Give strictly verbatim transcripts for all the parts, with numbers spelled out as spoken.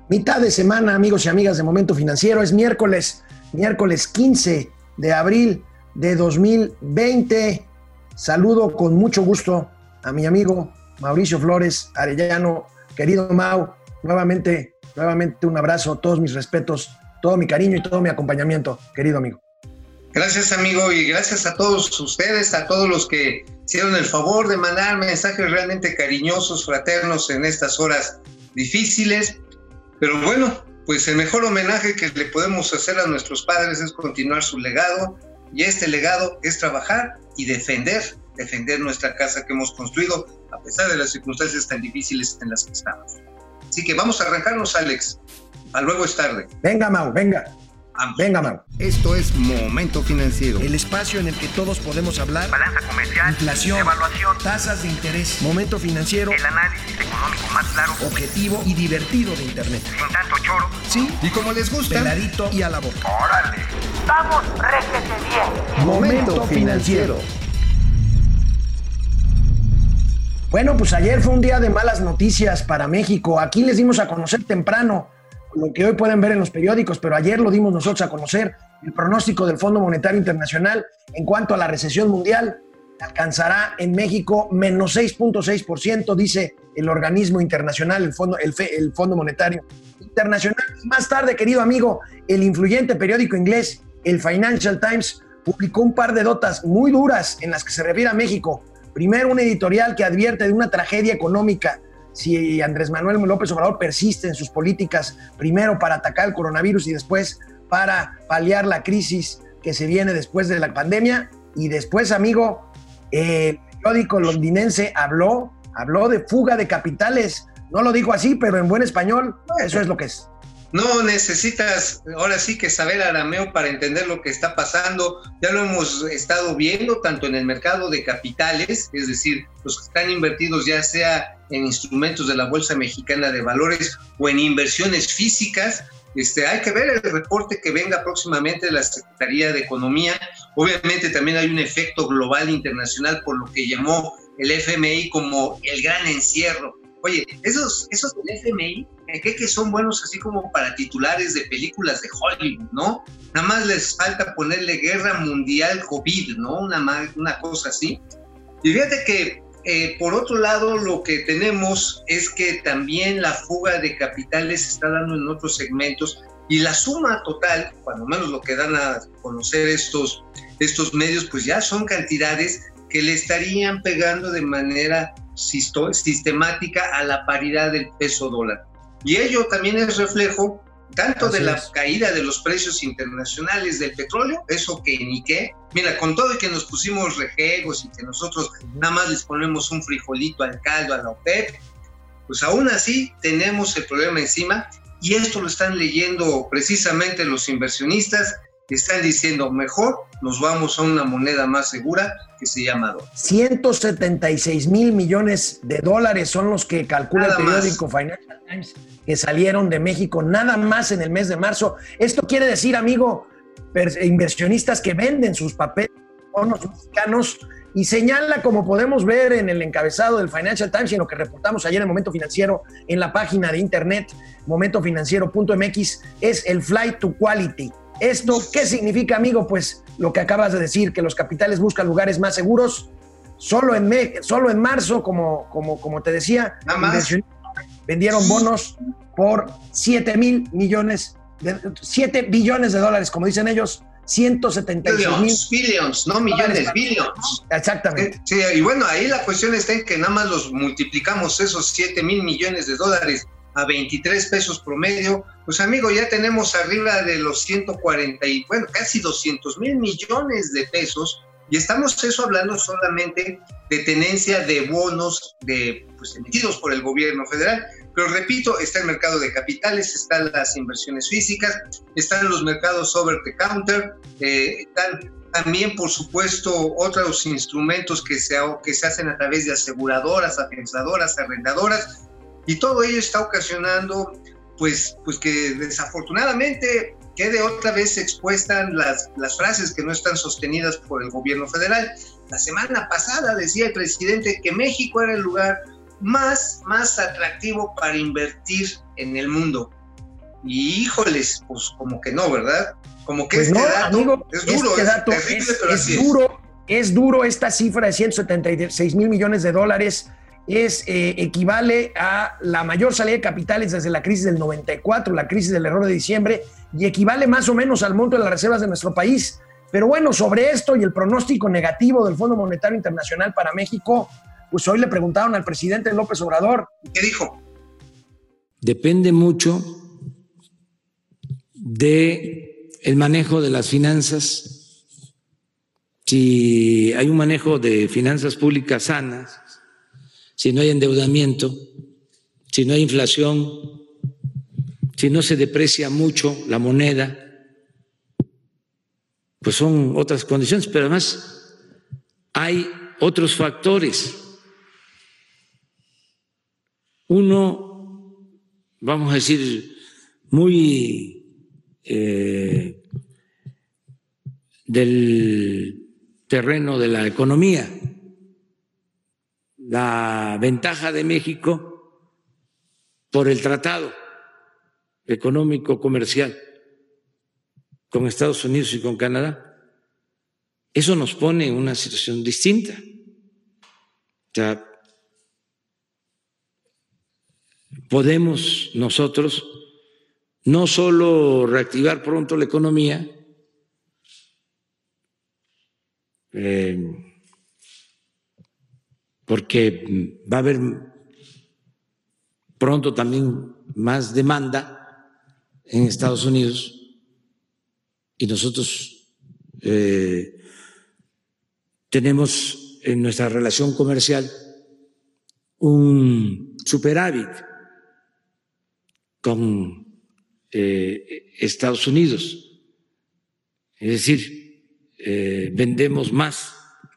Mitad de semana, amigos y amigas de Momento Financiero. Es miércoles, miércoles quince de abril de dos mil veinte. Saludo con mucho gusto a mi amigo Mauricio Flores Arellano. Querido Mau, nuevamente, nuevamente un abrazo, todos mis respetos, todo mi cariño y todo mi acompañamiento, querido amigo. Gracias, amigo, y gracias a todos ustedes, a todos los que hicieron el favor de mandar mensajes realmente cariñosos, fraternos en estas horas difíciles. Pero bueno, pues el mejor homenaje que le podemos hacer a nuestros padres es continuar su legado, y este legado es trabajar y defender, defender nuestra casa que hemos construido a pesar de las circunstancias tan difíciles en las que estamos. Así que vamos a arrancarnos, Alex. A luego es tarde. Venga, Mau, venga. Vamos. Venga, Mau. Esto es Momento Financiero. El espacio en el que todos podemos hablar. Balanza comercial, inflación, evaluación, tasas de interés. Momento Financiero. el análisis económico más claro, Objetivo y divertido de Internet. sin tanto choro. Sí, Y como les gusta, peladito y a la boca. ¡Órale! ¡Vamos, réjete bien! Momento Financiero. Bueno, pues ayer fue un día de malas noticias para México. Aquí les dimos a conocer temprano lo que hoy pueden ver en los periódicos, pero ayer lo dimos nosotros a conocer, el pronóstico del Fondo Monetario Internacional en cuanto a la recesión mundial. Alcanzará en México menos seis punto seis por ciento, dice el organismo internacional, el Fondo, el, F, el Fondo Monetario Internacional. Más tarde, querido amigo, el influyente periódico inglés, el Financial Times, publicó un par de notas muy duras en las que se refiere a México. Primero, un editorial que advierte de una tragedia económica si Andrés Manuel López Obrador persiste en sus políticas, primero para atacar el coronavirus y después para paliar la crisis que se viene después de la pandemia. Y después, amigo, el periódico londinense habló, habló de fuga de capitales. No lo dijo así, pero en buen español, eso es lo que es. No necesitas ahora sí que saber arameo para entender lo que está pasando. Ya lo hemos estado viendo tanto en el mercado de capitales, es decir, los que están invertidos ya sea en instrumentos de la Bolsa Mexicana de Valores o en inversiones físicas. Este, hay que ver el reporte que venga próximamente de la Secretaría de Economía. Obviamente también hay un efecto global internacional por lo que llamó el F M I como el gran encierro. Oye, esos, esos del F M I, ¿qué que son buenos así como para titulares de películas de Hollywood, ¿no? Nada más les falta ponerle Guerra Mundial COVID, ¿no? Una, una cosa así. Y fíjate que, eh, por otro lado, lo que tenemos es que también la fuga de capitales se está dando en otros segmentos, y la suma total, cuando menos lo que dan a conocer estos, estos medios, pues ya son cantidades que le estarían pegando de manera sistemática a la paridad del peso dólar. Y ello también es reflejo tanto Así de la es. caída de los precios internacionales del petróleo, eso que ni qué. Mira, con todo y que nos pusimos rejegos y que nosotros nada más les ponemos un frijolito al caldo a la OPEP, pues aún así tenemos el problema encima, y esto lo están leyendo precisamente los inversionistas. Están diciendo, mejor nos vamos a una moneda más segura que se llama dólar. ciento setenta y seis mil millones de dólares son los que calcula nada el periódico más. Financial Times que salieron de México nada más en el mes de marzo. Esto quiere decir, amigo, inversionistas que venden sus papeles bonos mexicanos, y señala, como podemos ver en el encabezado del Financial Times y en lo que reportamos ayer en Momento Financiero en la página de internet momento financiero punto m x, es el flight to quality. ¿Esto qué significa, amigo? Pues lo que acabas de decir, que los capitales buscan lugares más seguros. Solo en, me, solo en marzo, como, como, como te decía, vendieron bonos por siete mil millones, de, siete billones de dólares, como dicen ellos, ciento setenta y seis mil. Billions, no millones, billions. Exactamente. Sí, y bueno, ahí la cuestión está en que nada más los multiplicamos esos siete mil millones de dólares a veintitrés pesos promedio, pues amigo, ya tenemos arriba de los ciento cuarenta y, bueno, casi doscientos mil millones de pesos, y estamos eso hablando solamente de tenencia de bonos de, pues, emitidos por el gobierno federal. Pero repito, está el mercado de capitales, están las inversiones físicas, están los mercados over the counter, eh, están también, por supuesto, otros instrumentos que se, que se hacen a través de aseguradoras, afianzadoras, arrendadoras, y todo ello está ocasionando pues, pues que desafortunadamente quede otra vez expuestas las, las frases que no están sostenidas por el gobierno federal. La semana pasada decía el presidente que México era el lugar más, más atractivo para invertir en el mundo. y híjoles, pues como que no, ¿verdad? Como que pues este no, dato amigo, es duro, este es dato terrible, es, pero es así es. duro, es duro esta cifra de ciento setenta y seis mil millones de dólares. Es, eh, equivale a la mayor salida de capitales desde la crisis del noventa y cuatro, la crisis del error de diciembre, y equivale más o menos al monto de las reservas de nuestro país. Pero bueno, sobre esto y el pronóstico negativo del Fondo Monetario Internacional para México, pues hoy le preguntaron al presidente López Obrador. ¿Qué dijo? Depende mucho de el manejo de las finanzas. Si hay un manejo de finanzas públicas sanas, si no hay endeudamiento, si no hay inflación, si no se deprecia mucho la moneda, pues son otras condiciones, pero además hay otros factores. Uno, vamos a decir, muy eh, del terreno de la economía. La ventaja de México por el tratado económico comercial con Estados Unidos y con Canadá, eso nos pone en una situación distinta. O sea, podemos nosotros no solo reactivar pronto la economía, eh, porque va a haber pronto también más demanda en Estados Unidos y nosotros eh, tenemos en nuestra relación comercial un superávit con eh, Estados Unidos, es decir, eh, vendemos más.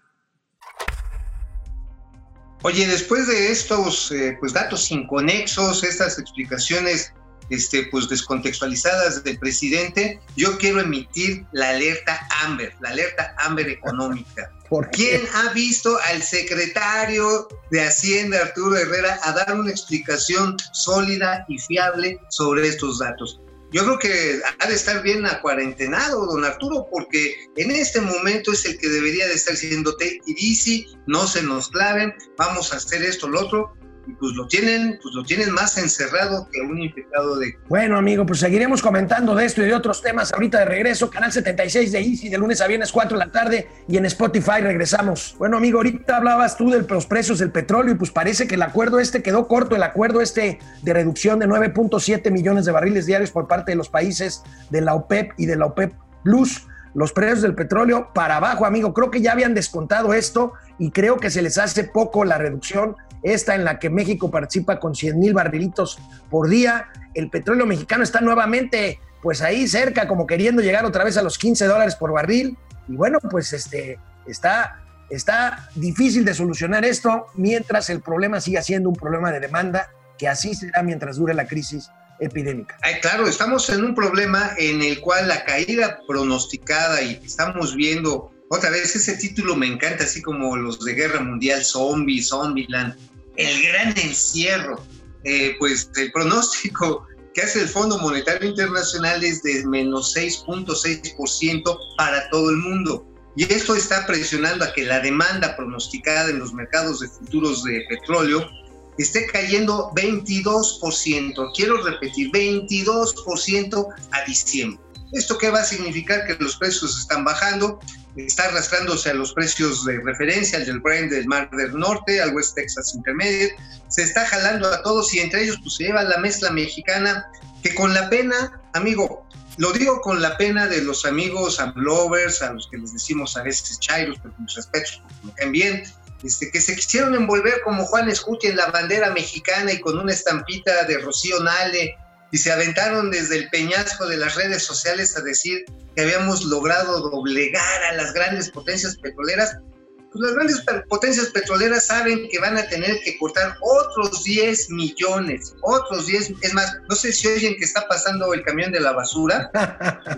Oye, después de estos eh, pues datos inconexos, estas explicaciones este, pues descontextualizadas del presidente, yo quiero emitir la alerta Amber, la alerta Amber económica. ¿Por qué? ¿Quién ha visto al secretario de Hacienda, Arturo Herrera, a dar una explicación sólida y fiable sobre estos datos? Yo creo que ha de estar bien acuarentenado, don Arturo, porque en este momento es el que debería de estar diciendo take it easy, no se nos claven, vamos a hacer esto, lo otro, y pues lo tienen, pues lo tienen más encerrado que un infectado de... Bueno, amigo, pues seguiremos comentando de esto y de otros temas ahorita de regreso. Canal setenta y seis de Easy, de lunes a viernes, cuatro de la tarde, y en Spotify regresamos. Bueno, amigo, ahorita hablabas tú de los precios del petróleo y pues parece que el acuerdo este quedó corto, el acuerdo este de reducción de nueve punto siete millones de barriles diarios por parte de los países de la OPEP y de la OPEP Plus. Los precios del petróleo para abajo, amigo. Creo que ya habían descontado esto y creo que se les hace poco la reducción esta en la que México participa con cien mil barrilitos por día. El petróleo mexicano está nuevamente pues ahí cerca, como queriendo llegar otra vez a los quince dólares por barril. Y bueno, pues este está, está difícil de solucionar esto mientras el problema siga siendo un problema de demanda, que así será mientras dure la crisis epidémica. Ay, claro, estamos en un problema en el cual la caída pronosticada, y estamos viendo otra vez ese título, me encanta, así como los de Guerra Mundial, Zombie, Zombieland, el gran encierro, eh, pues el pronóstico que hace el Fondo Monetario Internacional es de menos seis punto seis por ciento para todo el mundo. Y esto está presionando a que la demanda pronosticada en los mercados de futuros de petróleo esté cayendo veintidós por ciento. Quiero repetir, veintidós por ciento a diciembre. ¿Esto qué va a significar? Que los precios están bajando, está arrastrándose a los precios de referencia, al del Brent del Mar del Norte, al West Texas Intermediate, se está jalando a todos y entre ellos pues se lleva la mezcla mexicana, que con la pena, amigo, lo digo con la pena de los amigos amlovers, a los que les decimos a veces chairos, pero con mis respetos, porque me caen bien, Este, que se quisieron envolver como Juan Escutia en la bandera mexicana y con una estampita de Rocío Nale, y se aventaron desde el peñasco de las redes sociales a decir que habíamos logrado doblegar a las grandes potencias petroleras. Pues las grandes potencias petroleras saben que van a tener que cortar otros diez millones, otros diez, es más, no sé si oyen que está pasando el camión de la basura,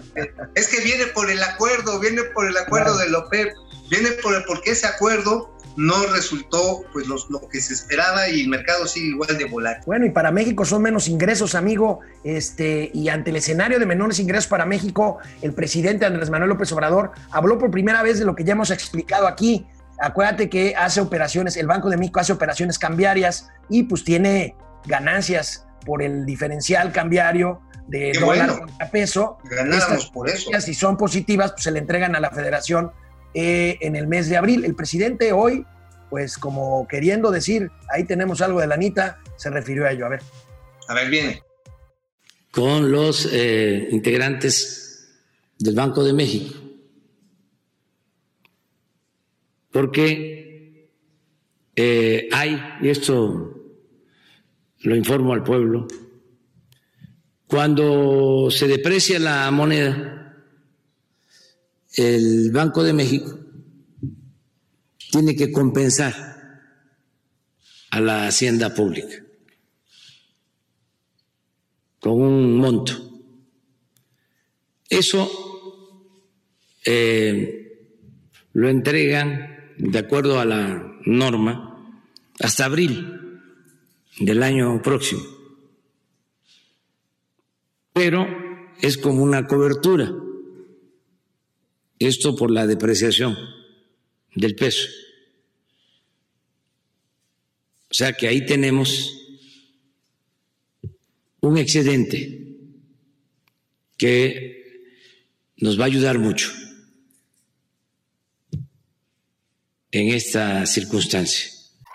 es que viene por el acuerdo, viene por el acuerdo de la OPEP, viene por el, porque ese acuerdo no resultó pues lo, lo que se esperaba y el mercado sigue igual de volátil. Bueno, y para México son menos ingresos, amigo, este, y ante el escenario de menores ingresos para México, el presidente Andrés Manuel López Obrador habló por primera vez de lo que ya hemos explicado aquí. Acuérdate que hace operaciones, el Banco de México hace operaciones cambiarias y pues tiene ganancias por el diferencial cambiario de Qué dólar bueno. contra peso. Ganáramos por eso. Si son positivas, pues se le entregan a la Federación eh, en el mes de abril. El presidente hoy, pues como queriendo decir, ahí tenemos algo de lanita, se refirió a ello. A ver. A ver, viene. Con los eh, integrantes del Banco de México. Porque eh, hay, y esto lo informo al pueblo, cuando se deprecia la moneda, el Banco de México tiene que compensar a la hacienda pública con un monto. Eso eh, lo entregan de acuerdo a la norma hasta abril del año próximo. Pero es como una cobertura, esto por la depreciación del peso. O sea que ahí tenemos un excedente que nos va a ayudar mucho en esta circunstancia.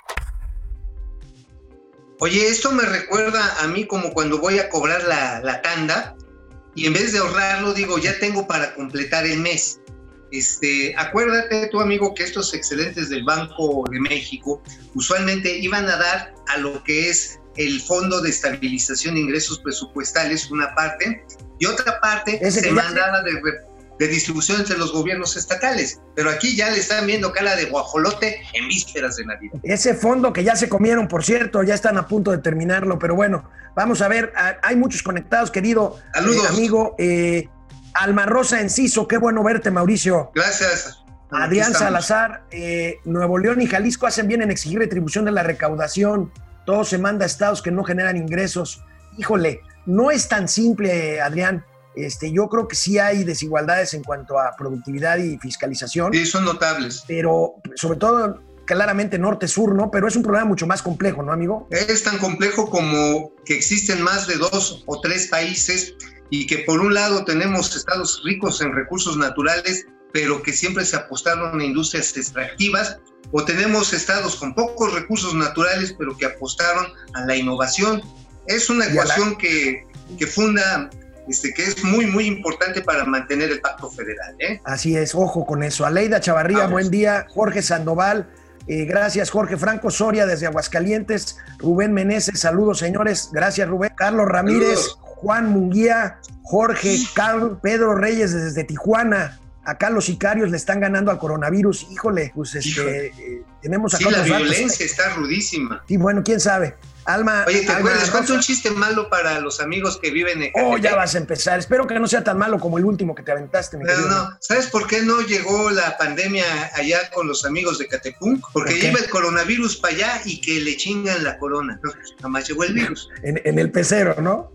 Oye, esto me recuerda a mí como cuando voy a cobrar la, la tanda y en vez de ahorrarlo digo, ya tengo para completar el mes. Este, acuérdate tu amigo que estos excedentes del Banco de México usualmente iban a dar a lo que es el Fondo de Estabilización de Ingresos Presupuestales, una parte, y otra parte Ese se que ya- mandaba de, de distribución entre los gobiernos estatales. Pero aquí ya le están viendo cara de guajolote en vísperas de Navidad. Ese fondo que ya se comieron, por cierto, ya están a punto de terminarlo, pero bueno, vamos a ver, a- hay muchos conectados, querido Saludos. eh, amigo. Eh, Alma Rosa Enciso, qué bueno verte, Mauricio. Gracias. Adrián Aquí estamos. Salazar, eh, Nuevo León y Jalisco hacen bien en exigir retribución de la recaudación. Todo se manda a estados que no generan ingresos. Híjole, no es tan simple, Adrián. Este, yo creo que sí hay desigualdades en cuanto a productividad y fiscalización, Sí, son notables. pero sobre todo claramente norte-sur, ¿no? Pero es un problema mucho más complejo, ¿no, amigo? Es tan complejo como que existen más de dos o tres países y que por un lado tenemos estados ricos en recursos naturales, pero que siempre se apostaron a industrias extractivas, o tenemos estados con pocos recursos naturales, pero que apostaron a la innovación. Es una Y a la- ecuación que, que funda, este, que es muy, muy importante para mantener el pacto federal, ¿eh? Así es, ojo con eso. Aleida Chavarría, Vamos. buen día. Jorge Sandoval, eh, gracias. Jorge Franco Soria desde Aguascalientes. Rubén Meneses, saludos, señores. Gracias, Rubén. Carlos Ramírez, Saludos. Juan Munguía, Jorge, Carlos, Pedro Reyes desde Tijuana. Acá los sicarios le están ganando al coronavirus. Híjole, pues este, Híjole. eh, tenemos acá Sí, la los datos. violencia está rudísima. Sí, bueno, quién sabe. Alma. Oye, ¿te Alma acuerdas? Les cuento Rosa. un chiste malo para los amigos que viven en Oh, ya Catepec. vas a empezar. Espero que no sea tan malo como el último que te aventaste, mi Pero querido. no, ¿sabes por qué no llegó la pandemia allá con los amigos de Catepunk? Porque ¿Por qué? lleva el coronavirus para allá y que le chingan la corona. No, nada más llegó el virus. En, en el pecero, ¿no?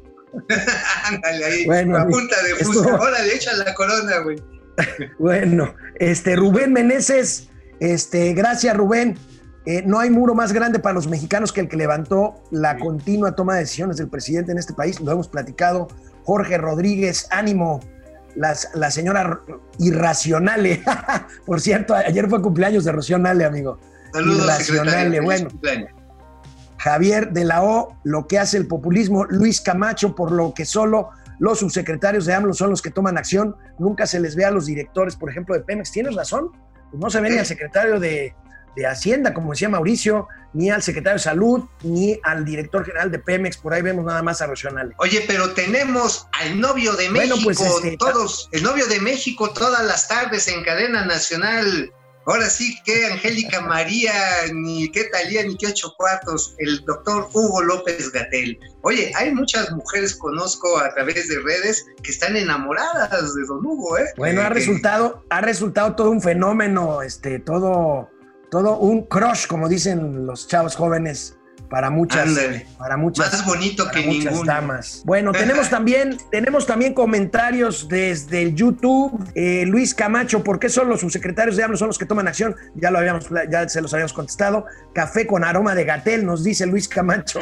Ándale ahí, Bueno, a punta de esto- fusca. Órale, echa la corona, güey. Bueno, este Rubén Meneses, este, gracias Rubén. Eh, no hay muro más grande para los mexicanos que el que levantó la continua toma de decisiones del presidente en este país. Lo hemos platicado. Jorge Rodríguez, ánimo. Las, la señora Irracionale. Por cierto, ayer fue cumpleaños de Rocío Nale, amigo. Saludos, Irracional, secretario. Feliz bueno. cumpleaños. Javier de la O, lo que hace el populismo. Luis Camacho, por lo que solo los subsecretarios de AMLO son los que toman acción. Nunca se les ve a los directores, por ejemplo, de Pemex. Tienes razón. Pues no se ve ni al secretario de, de Hacienda, como decía Mauricio, ni al secretario de Salud, ni al director general de Pemex. Por ahí vemos nada más a Rocío Nale. Oye, pero tenemos al novio de Bueno, México, pues, este, todos, el novio de México todas las tardes en cadena nacional. Ahora sí que Angélica María, ni qué Talía, ni qué ocho cuartos, el doctor Hugo López Gatell. Oye, hay muchas mujeres, conozco a través de redes, que están enamoradas de don Hugo, ¿eh? Bueno, ha Que- resultado, ha resultado todo un fenómeno, este, todo, todo un crush, como dicen los chavos jóvenes, para muchas, Ándale. para muchas, Más bonito para que muchas ninguno. damas. Bueno, tenemos también, tenemos también comentarios desde el YouTube. Eh, Luis Camacho, ¿por qué solo los subsecretarios de AMLO son los que toman acción? Ya lo habíamos, ya se los habíamos contestado. Café con aroma de Gatell, nos dice Luis Camacho.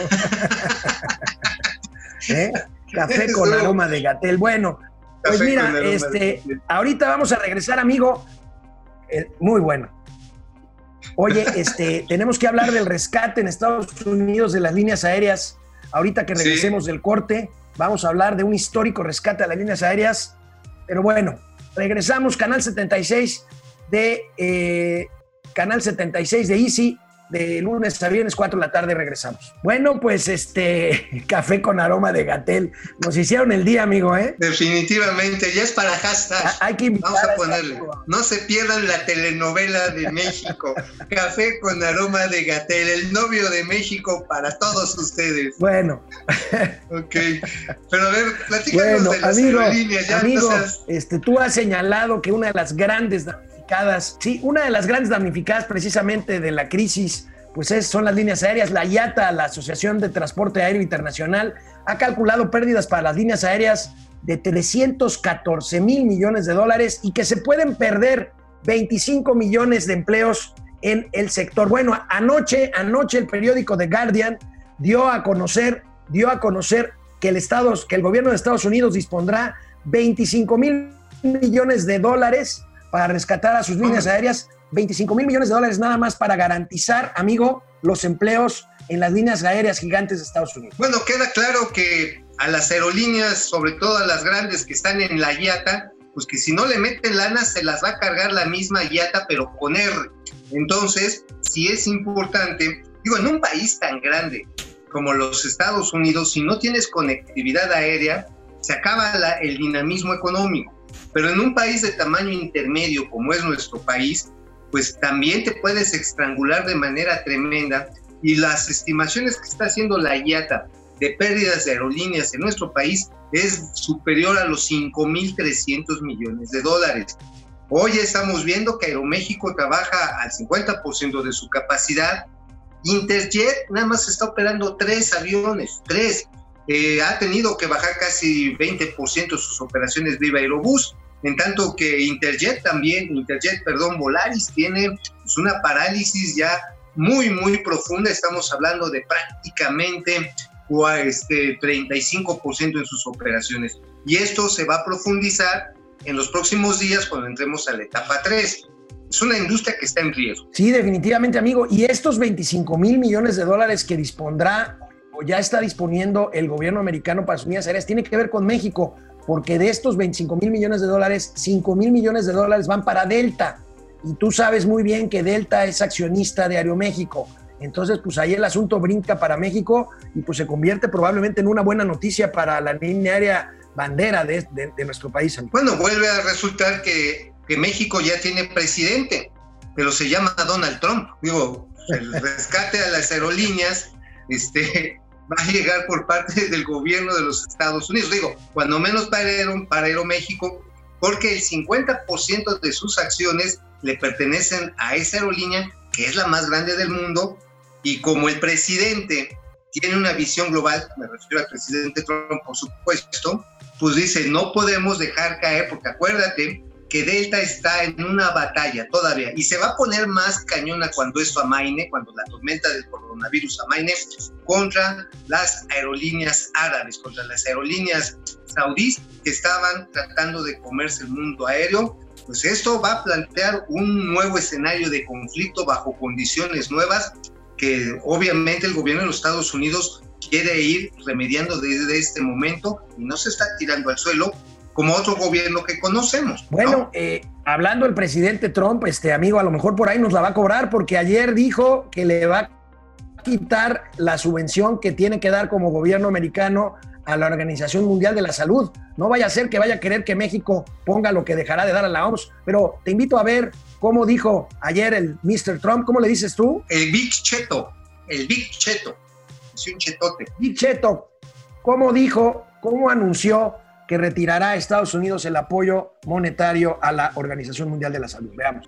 ¿Eh? Café Eso. con aroma de Gatell. Bueno, pues Café mira, con aroma este, de Gatell. ahorita vamos a regresar, amigo. Eh, muy bueno. Oye, este, tenemos que hablar del rescate en Estados Unidos de las líneas aéreas. Ahorita que regresemos sí. del corte, vamos a hablar de un histórico rescate a las líneas aéreas. Pero bueno, regresamos, Canal setenta y seis de eh, Canal setenta y seis de Easy, de lunes a viernes, cuatro de la tarde, regresamos. Bueno, pues este, café con aroma de Gatell. Nos hicieron el día, amigo, ¿eh? Definitivamente, ya es para hashtag. Ah, hay que Vamos a ponerle. No se pierdan la telenovela de México. Café con aroma de Gatell, el novio de México para todos ustedes. Bueno. Ok. Pero a ver, platícanos bueno, de las amigo, aerolíneas. Ya amigo, no seas... este, tú has señalado que una de las grandes damnificadas, sí, una de las grandes damnificadas precisamente de la crisis, pues es, son las líneas aéreas. La I A T A, la Asociación de Transporte Aéreo Internacional, ha calculado pérdidas para las líneas aéreas de trescientos catorce mil millones de dólares y que se pueden perder veinticinco millones de empleos en el sector. Bueno, anoche, anoche el periódico The Guardian dio a conocer, dio a conocer que el, Estado, que el gobierno de Estados Unidos dispondrá veinticinco mil millones de dólares para rescatar a sus líneas aéreas, veinticinco mil millones de dólares nada más para garantizar, amigo, los empleos en las líneas aéreas gigantes de Estados Unidos. Bueno, queda claro que a las aerolíneas, sobre todo a las grandes que están en la I A T A, pues que si no le meten lana se las va a cargar la misma I A T A, pero con R. Entonces, sí es importante, digo, en un país tan grande como los Estados Unidos, si no tienes conectividad aérea, se acaba la, el dinamismo económico. Pero en un país de tamaño intermedio como es nuestro país, pues también te puedes estrangular de manera tremenda, y las estimaciones que está haciendo la I A T A de pérdidas de aerolíneas en nuestro país es superior a los cinco mil trescientos millones de dólares. Hoy estamos viendo que Aeroméxico trabaja al cincuenta por ciento de su capacidad. Interjet nada más está operando tres aviones, tres. Eh, ha tenido que bajar casi veinte por ciento sus operaciones Viva Aerobús, en tanto que Interjet también, Interjet, perdón, Volaris tiene pues, una parálisis ya muy, muy profunda. Estamos hablando de prácticamente este, treinta y cinco por ciento en sus operaciones. Y esto se va a profundizar en los próximos días cuando entremos a la etapa tres. Es una industria que está en riesgo. Sí, definitivamente, amigo. Y estos veinticinco mil millones de dólares que dispondrá o ya está disponiendo el gobierno americano para sus líneas aéreas tiene que ver con México, porque de estos veinticinco mil millones de dólares, cinco mil millones de dólares van para Delta. Y tú sabes muy bien que Delta es accionista de Aeroméxico. Entonces, pues ahí el asunto brinca para México y pues se convierte probablemente en una buena noticia para la línea aérea bandera de, de, de nuestro país, amigo. Bueno, vuelve a resultar que, que México ya tiene presidente, pero se llama Donald Trump. Digo, el rescate a las aerolíneas este, va a llegar por parte del gobierno de los Estados Unidos. Digo, cuando menos para, Aero, para Aeroméxico, porque el cincuenta por ciento de sus acciones le pertenecen a esa aerolínea, que es la más grande del mundo, y como el presidente tiene una visión global, me refiero al presidente Trump, por supuesto, pues dice, no podemos dejar caer, porque acuérdate que Delta está en una batalla todavía, y se va a poner más cañona cuando esto amaine, cuando la tormenta del coronavirus amaine, contra las aerolíneas árabes, contra las aerolíneas saudíes que estaban tratando de comerse el mundo aéreo. Pues esto va a plantear un nuevo escenario de conflicto bajo condiciones nuevas que obviamente el gobierno de los Estados Unidos quiere ir remediando desde este momento y no se está tirando al suelo como otro gobierno que conocemos, ¿no? Bueno, eh, hablando del presidente Trump, este amigo, a lo mejor por ahí nos la va a cobrar, porque ayer dijo que le va a quitar la subvención que tiene que dar como gobierno americano a la Organización Mundial de la Salud. No vaya a ser que vaya a querer que México ponga lo que dejará de dar a la O M S, pero te invito a ver cómo dijo ayer el mister Trump. ¿Cómo le dices tú? El Big Cheto, el Big Cheto, es un chetote. Big Cheto, ¿cómo dijo, cómo anunció que retirará a Estados Unidos el apoyo monetario a la Organización Mundial de la Salud? Veamos.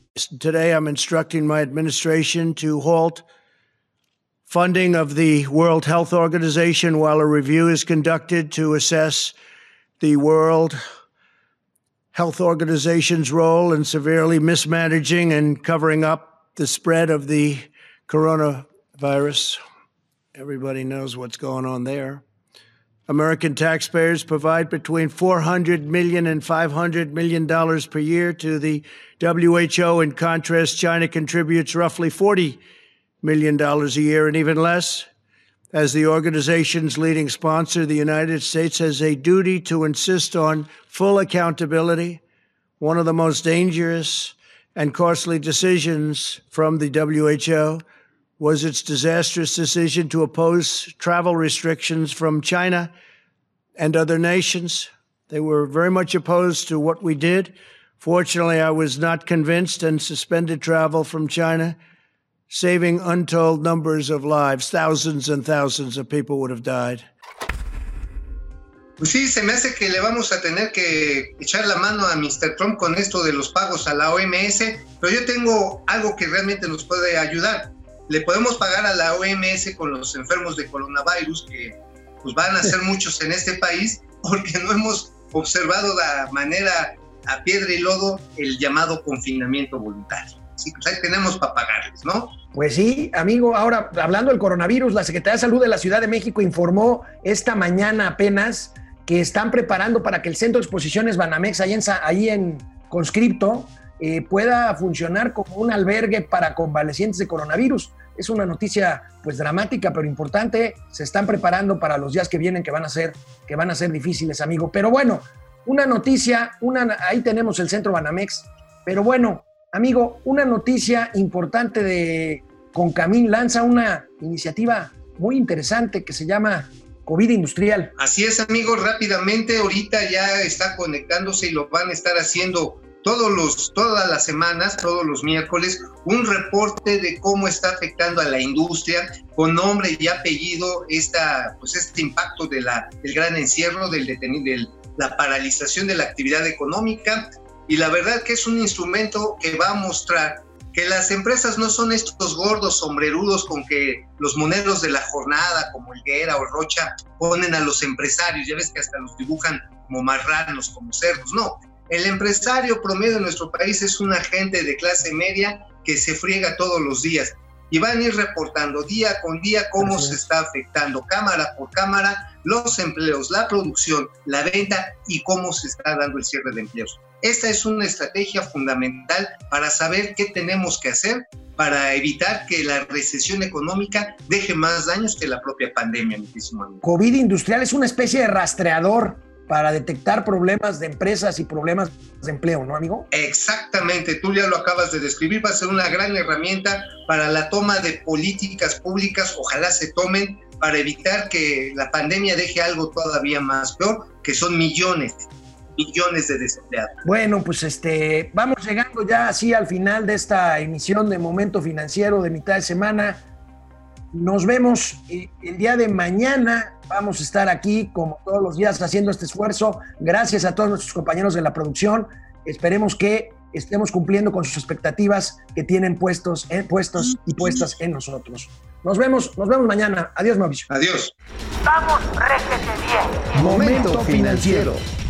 Today, I'm instructing my administration to halt funding of the World Health Organization while a review is conducted to assess the World Health Organization's role in severely mismanaging and covering up the spread of the coronavirus. Everybody knows what's going on there. American taxpayers provide between four hundred million dollars and five hundred million dollars per year to the W H O. In contrast, China contributes roughly forty million dollars a year and even less. As the organization's leading sponsor, the United States has a duty to insist on full accountability. One of the most dangerous and costly decisions from the W H O was its disastrous decision to oppose travel restrictions from China and other nations. They were very much opposed to what we did. Fortunately, I was not convinced and suspended travel from China, saving untold numbers of lives. Thousands and thousands of people would have died. Pues sí, se me hace que le vamos a tener que echar la mano a mister Trump con esto de los pagos a la O M S, pero yo tengo algo que realmente nos puede ayudar. Le podemos pagar a la O M S con los enfermos de coronavirus, que pues van a ser muchos en este país, porque no hemos observado de manera a piedra y lodo el llamado confinamiento voluntario. Así que pues ahí tenemos para pagarles, ¿no? Pues sí, amigo. Ahora, hablando del coronavirus, la Secretaría de Salud de la Ciudad de México informó esta mañana apenas que están preparando para que el Centro de Exposiciones Banamex, ahí en, ahí en Conscripto, eh, pueda funcionar como un albergue para convalecientes de coronavirus. Es una noticia pues dramática, pero importante. Se están preparando para los días que vienen, que van a ser, que van a ser difíciles, amigo. Pero bueno, una noticia, una, ahí tenemos el Centro Banamex. Pero bueno, amigo, una noticia importante de Concamín. Lanza una iniciativa muy interesante que se llama COVID Industrial. Así es, amigos, rápidamente ahorita ya está conectándose y lo van a estar haciendo todos los, todas las semanas, todos los miércoles, un reporte de cómo está afectando a la industria, con nombre y apellido, esta, pues este impacto de la, del gran encierro, del detenido, de la paralización de la actividad económica. Y la verdad que es un instrumento que va a mostrar que las empresas no son estos gordos sombrerudos con que los moneros de la jornada, como Higuera o Rocha, ponen a los empresarios. Ya ves que hasta los dibujan como marranos, como cerdos. No. El empresario promedio de nuestro país es una gente de clase media que se friega todos los días y van a ir reportando día con día cómo se está afectando cámara por cámara los empleos, la producción, la venta y cómo se está dando el cierre de empleos. Esta es una estrategia fundamental para saber qué tenemos que hacer para evitar que la recesión económica deje más daños que la propia pandemia, muchísimo amigo. COVID Industrial es una especie de rastreador para detectar problemas de empresas y problemas de empleo, ¿no, amigo? Exactamente, tú ya lo acabas de describir, va a ser una gran herramienta para la toma de políticas públicas, ojalá se tomen para evitar que la pandemia deje algo todavía más peor, que son millones, millones de desempleados. Bueno, pues este, vamos llegando ya así al final de esta emisión de Momento Financiero de mitad de semana. Nos vemos el día de mañana. Vamos a estar aquí como todos los días haciendo este esfuerzo. Gracias a todos nuestros compañeros de la producción. Esperemos que estemos cumpliendo con sus expectativas que tienen puestos, eh, puestos y puestas en nosotros. Nos vemos, nos vemos mañana. Adiós, Mauricio. Adiós. Vamos, réjete bien. Momento Financiero.